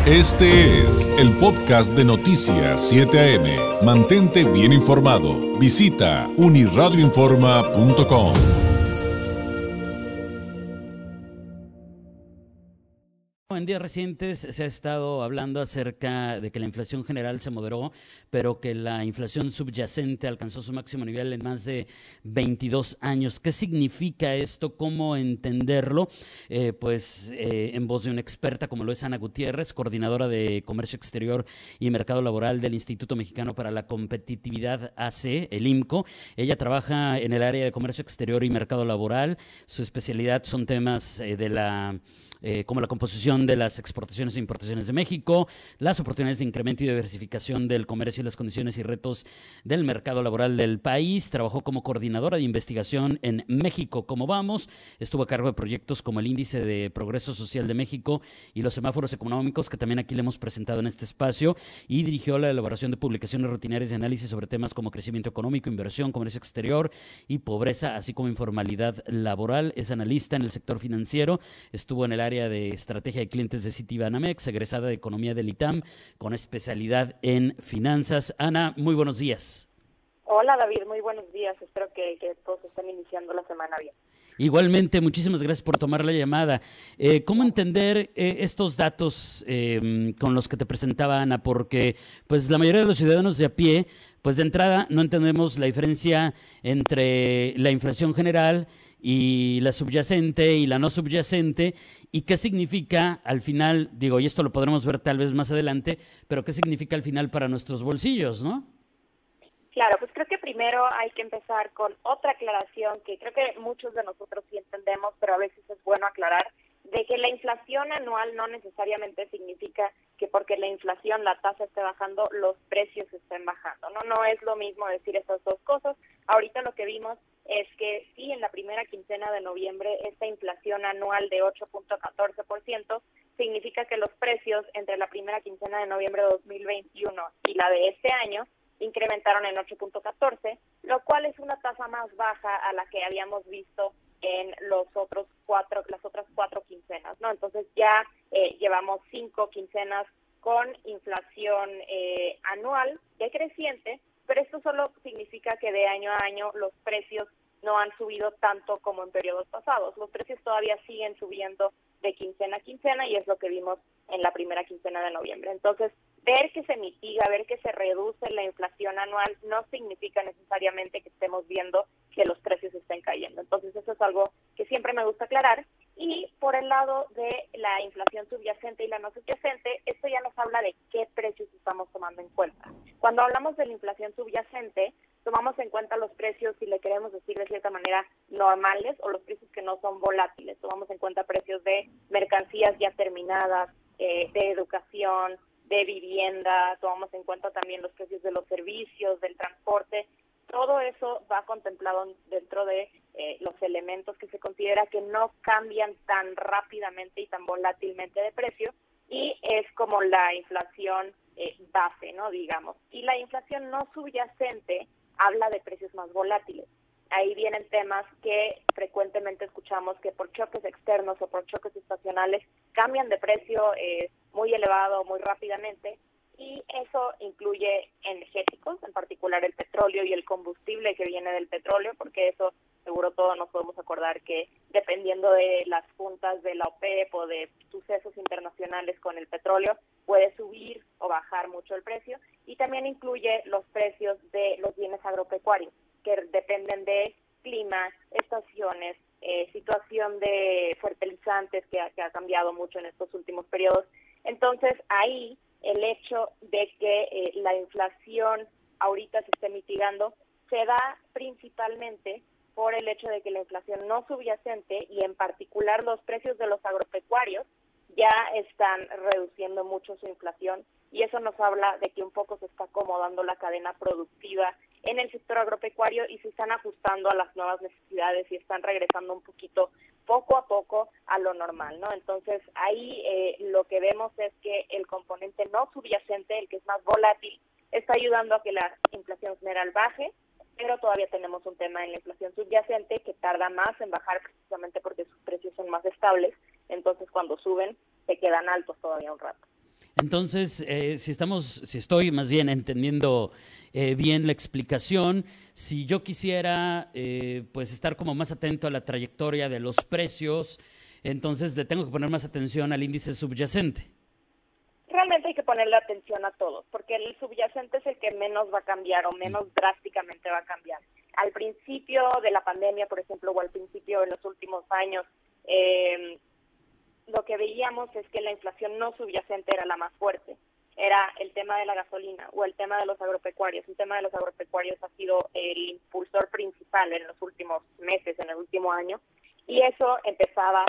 Este es el podcast de Noticias 7 AM. Mantente bien informado. Visita uniradioinforma.com. En días recientes se ha estado hablando acerca de que la inflación general se moderó, pero que la inflación subyacente alcanzó su máximo nivel en más de 22 años. ¿Qué significa esto? ¿Cómo entenderlo? En voz de una experta como lo es Ana Gutiérrez, coordinadora de Comercio Exterior y Mercado Laboral del Instituto Mexicano para la Competitividad AC, el IMCO. Ella trabaja en el área de Comercio Exterior y Mercado Laboral. Su especialidad son temas como la composición de las exportaciones e importaciones de México, las oportunidades de incremento y diversificación del comercio y las condiciones y retos del mercado laboral del país. Trabajó como coordinadora de investigación en México Cómo Vamos. Estuvo a cargo de proyectos como el Índice de Progreso Social de México y los semáforos económicos, que también aquí le hemos presentado en este espacio, y dirigió la elaboración de publicaciones rutinarias de análisis sobre temas como crecimiento económico, inversión, comercio exterior y pobreza, así como informalidad laboral. Es analista en el sector financiero. Estuvo en el área de estrategia de clientes de Citibanamex, egresada de economía del ITAM, con especialidad en finanzas. Ana, muy buenos días. Hola David, muy buenos días. Espero que todos estén iniciando la semana bien. Igualmente, muchísimas gracias por tomar la llamada. ¿Cómo entender estos datos con los que te presentaba Ana? Porque pues la mayoría de los ciudadanos de a pie, pues de entrada no entendemos la diferencia entre la inflación general y la subyacente y la no subyacente, y qué significa al final, digo, y esto lo podremos ver tal vez más adelante, pero qué significa al final para nuestros bolsillos, ¿no? Claro, pues creo que primero hay que empezar con otra aclaración que creo que muchos de nosotros sí entendemos, pero a veces es bueno aclarar, de que la inflación anual no necesariamente significa que porque la inflación, la tasa esté bajando, los precios estén bajando. No es lo mismo decir esas dos cosas. Ahorita lo que vimos es que sí, en la primera quincena de noviembre, esta inflación anual de 8.14% significa que los precios entre la primera quincena de noviembre de 2021 y la de este año incrementaron en 8.14, lo cual es una tasa más baja a la que habíamos visto en las otras cuatro quincenas, ¿no? Entonces ya llevamos 5 quincenas con inflación anual decreciente, pero esto solo significa que de año a año los precios no han subido tanto como en periodos pasados. Los precios todavía siguen subiendo de quincena a quincena y es lo que vimos en la primera quincena de noviembre. Entonces, ver que se mitiga, ver que se reduce la inflación anual no significa necesariamente que estemos viendo que los precios estén cayendo. Entonces, eso es algo que siempre me gusta aclarar. Y por el lado de la inflación subyacente y la no subyacente, esto ya nos habla de qué precios estamos tomando en cuenta. Cuando hablamos de la inflación subyacente, tomamos en cuenta los precios, si le queremos decir de cierta manera, normales, o los precios que no son volátiles. Tomamos en cuenta precios de mercancías ya terminadas, de educación, de vivienda, tomamos en cuenta también los precios de los servicios, del transporte. Todo eso va contemplado dentro de los elementos que se considera que no cambian tan rápidamente y tan volátilmente de precio, y es como la inflación base, ¿no? Digamos. Y la inflación no subyacente habla de precios más volátiles. Ahí vienen temas que frecuentemente escuchamos que por choques externos o por choques estacionales cambian de precio muy elevado, muy rápidamente, y eso incluye energéticos, en particular el petróleo y el combustible que viene del petróleo, porque eso seguro todos nos podemos acordar que dependiendo de las juntas de la OPEP o de sucesos internacionales con el petróleo, puede subir o bajar mucho el precio, y también incluye los precios de los bienes agropecuarios, que dependen de clima, estaciones, situación de fertilizantes que ha cambiado mucho en estos últimos periodos. Entonces, ahí el hecho de que la inflación ahorita se esté mitigando se da principalmente por el hecho de que la inflación no subyacente y en particular los precios de los agropecuarios ya están reduciendo mucho su inflación, y eso nos habla de que un poco se está acomodando la cadena productiva en el sector agropecuario y se están ajustando a las nuevas necesidades y están regresando un poquito, poco a poco, a lo normal, ¿no? Entonces, ahí lo que vemos es que el componente no subyacente, el que es más volátil, está ayudando a que la inflación general baje, pero todavía tenemos un tema en la inflación subyacente que tarda más en bajar precisamente porque sus precios son más estables, entonces cuando suben se quedan altos todavía un rato. Entonces, si estoy más bien entendiendo bien la explicación, si yo quisiera pues estar como más atento a la trayectoria de los precios, entonces le tengo que poner más atención al índice subyacente. Realmente hay que ponerle atención a todos, porque el subyacente es el que menos va a cambiar o menos drásticamente va a cambiar. Al principio de la pandemia, por ejemplo, o al principio de los últimos años, lo que veíamos es que la inflación no subyacente era la más fuerte. Era el tema de la gasolina o el tema de los agropecuarios. El tema de los agropecuarios ha sido el impulsor principal en los últimos meses, en el último año, y eso empezaba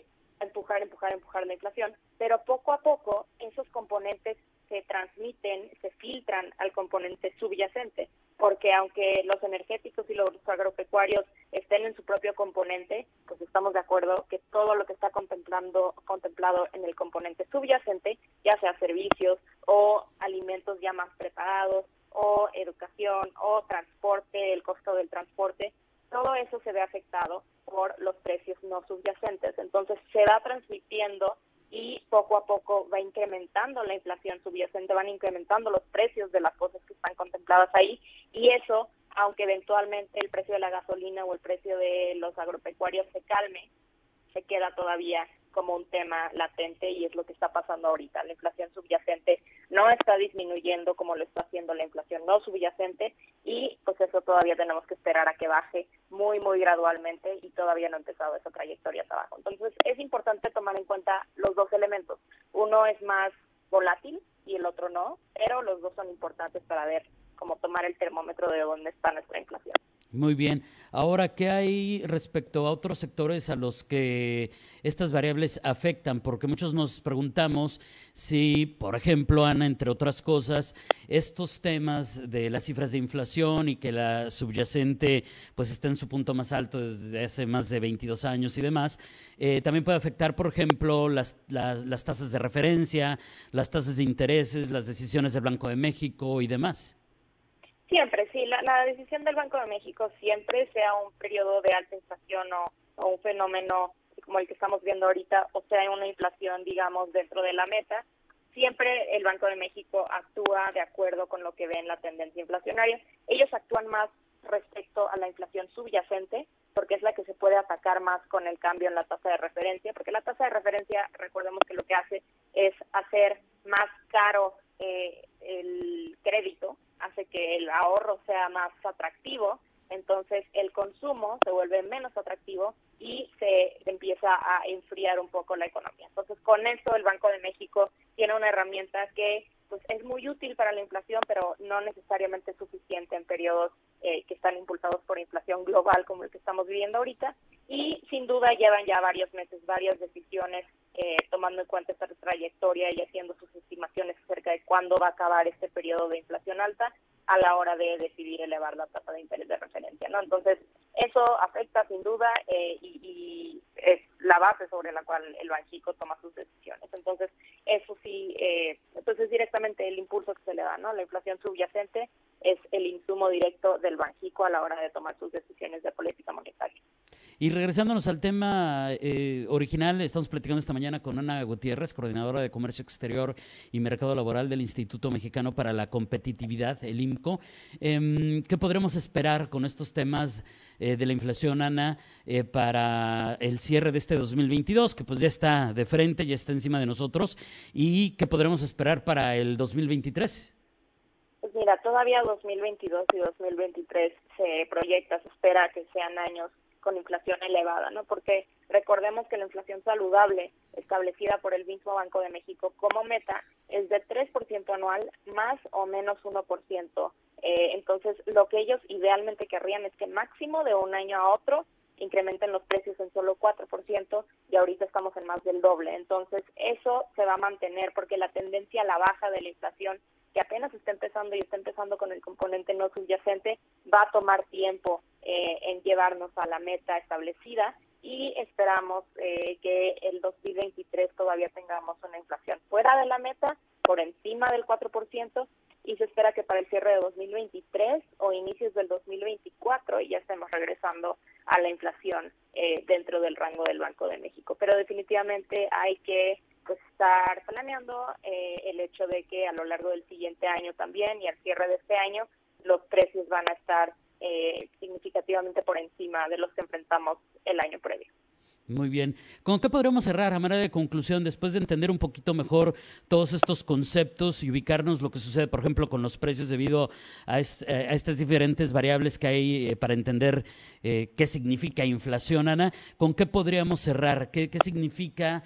a empujar la inflación, pero poco a poco esos componentes se transmiten, se filtran al componente subyacente, porque aunque los energéticos y los agropecuarios estén en su propio componente, pues estamos de acuerdo que todo lo que está contemplado en el componente subyacente, ya sea servicios o alimentos ya más preparados, o educación, o transporte, el costo del transporte, todo eso se ve afectado por los precios no subyacentes. Entonces se va transmitiendo y poco a poco va incrementando la inflación subyacente, van incrementando los precios de las cosas que están contempladas ahí, y eso, aunque eventualmente el precio de la gasolina o el precio de los agropecuarios se calme, se queda todavía como un tema latente, y es lo que está pasando ahorita. La inflación subyacente no está disminuyendo como lo está haciendo la inflación no subyacente, y pues eso todavía tenemos que esperar a que baje muy, muy gradualmente, y todavía no ha empezado esa trayectoria hacia abajo. Entonces es importante tomar en cuenta los dos elementos. Uno es más volátil y el otro no, pero los dos son importantes para ver cómo tomar el termómetro de dónde está nuestra inflación. Muy bien. Ahora, ¿qué hay respecto a otros sectores a los que estas variables afectan? Porque muchos nos preguntamos si, por ejemplo, Ana, entre otras cosas, estos temas de las cifras de inflación y que la subyacente pues está en su punto más alto desde hace más de 22 años y demás, también puede afectar, por ejemplo, las tasas de referencia, las tasas de intereses, las decisiones del Banco de México y demás. Siempre, sí, la decisión del Banco de México siempre, sea un periodo de alta inflación o un fenómeno como el que estamos viendo ahorita, o sea, una inflación, digamos, dentro de la meta, siempre el Banco de México actúa de acuerdo con lo que ve en la tendencia inflacionaria. Ellos actúan más respecto a la inflación subyacente, porque es la que se puede atacar más con el cambio en la tasa de referencia, porque la tasa de referencia, recordemos que lo que hace es hacer más caro el crédito, hace que el ahorro sea más atractivo, entonces el consumo se vuelve menos atractivo y se empieza a enfriar un poco la economía. Entonces, con eso el Banco de México tiene una herramienta que pues es muy útil para la inflación, pero no necesariamente suficiente en periodos que están impulsados por inflación global como el que estamos viviendo ahorita, y sin duda llevan ya varios meses, varias decisiones tomando en cuenta esta trayectoria y haciendo sus estimaciones acerca de cuándo va a acabar este periodo de inflación alta a la hora de decidir elevar la tasa de interés de referencia, ¿no? Entonces, eso afecta sin duda y es la base sobre la cual el Banxico toma sus decisiones. Entonces, eso sí, pues es directamente el impulso que se le da, ¿no? La inflación subyacente es el insumo directo del Banxico a la hora de tomar sus decisiones de política monetaria. Y regresándonos al tema original, estamos platicando esta mañana con Ana Gutiérrez, coordinadora de Comercio Exterior y Mercado Laboral del Instituto Mexicano para la Competitividad, el IMCO. ¿Qué podremos esperar con estos temas de la inflación, Ana, para el cierre de este 2022, que pues ya está de frente, ya está encima de nosotros, y qué podremos esperar para el 2023? Pues mira, todavía 2022 y 2023 se proyecta, se espera que sean años con inflación elevada, ¿no? Porque recordemos que la inflación saludable establecida por el mismo Banco de México como meta es de 3% anual más o menos 1%. Entonces, lo que ellos idealmente querrían es que máximo de un año a otro incrementen los precios en solo 4%, y ahorita estamos en más del doble. Entonces, eso se va a mantener porque la tendencia a la baja de la inflación, que apenas está empezando y está empezando con el componente no subyacente, va a tomar tiempo en llevarnos a la meta establecida, y esperamos que el 2023 todavía tengamos una inflación fuera de la meta, por encima del 4%, y se espera que para el cierre de 2023 o inicios del 2024 ya estemos regresando a la inflación dentro del rango del Banco de México. Pero definitivamente hay que pues estar planeando el hecho de que a lo largo del siguiente año también y al cierre de este año los precios van a estar significativamente por encima de los que enfrentamos el año previo. Muy bien. ¿Con qué podríamos cerrar, a manera de conclusión, después de entender un poquito mejor todos estos conceptos y ubicarnos lo que sucede, por ejemplo, con los precios debido a estas diferentes variables que hay para entender qué significa inflación, Ana? ¿Con qué podríamos cerrar? ¿Qué significa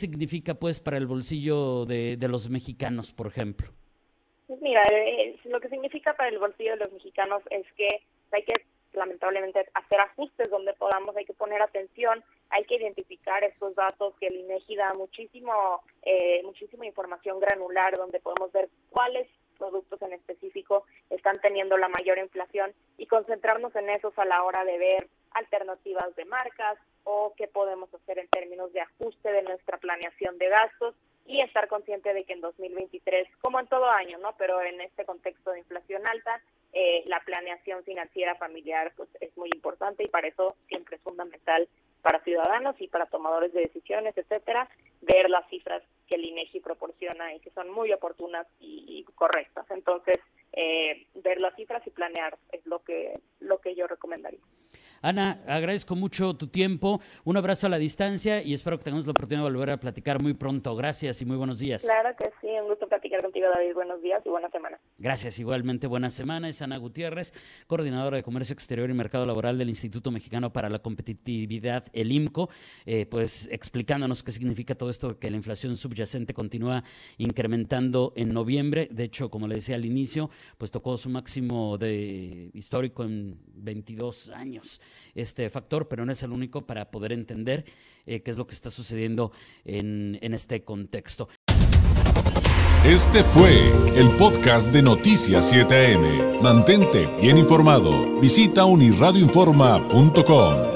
pues para el bolsillo de los mexicanos, por ejemplo? Pues mira, lo que significa para el bolsillo de los mexicanos es que hay que lamentablemente hacer ajustes donde podamos, hay que poner atención, hay que identificar estos datos que el INEGI da muchísima información granular donde podemos ver cuáles productos en específico están teniendo la mayor inflación y concentrarnos en esos a la hora de ver alternativas de marcas o qué podemos hacer en términos de ajuste de nuestra planeación de gastos y estar consciente de que en 2023, como en todo año, ¿no? Pero en este contexto de inflación alta, la planeación financiera familiar pues es muy importante y para eso siempre es fundamental para ciudadanos y para tomadores de decisiones, etcétera, ver las cifras que el INEGI proporciona y que son muy oportunas y correctas. Entonces, ver las cifras y planear es lo que yo recomendaría. Ana, agradezco mucho tu tiempo, un abrazo a la distancia y espero que tengamos la oportunidad de volver a platicar muy pronto. Gracias y muy buenos días. Claro que sí, un gusto platicar contigo, David. Buenos días y buena semana. Gracias, igualmente buena semana. Es Ana Gutiérrez, coordinadora de Comercio Exterior y Mercado Laboral del Instituto Mexicano para la Competitividad, el IMCO, pues explicándonos qué significa todo esto, que la inflación subyacente continúa incrementando en noviembre. De hecho, como le decía al inicio, pues tocó su máximo histórico en 22 años. Este factor, pero no es el único para poder entender qué es lo que está sucediendo en este contexto. Este fue el podcast de Noticias 7am. Mantente bien informado. Visita unirradioinforma.com.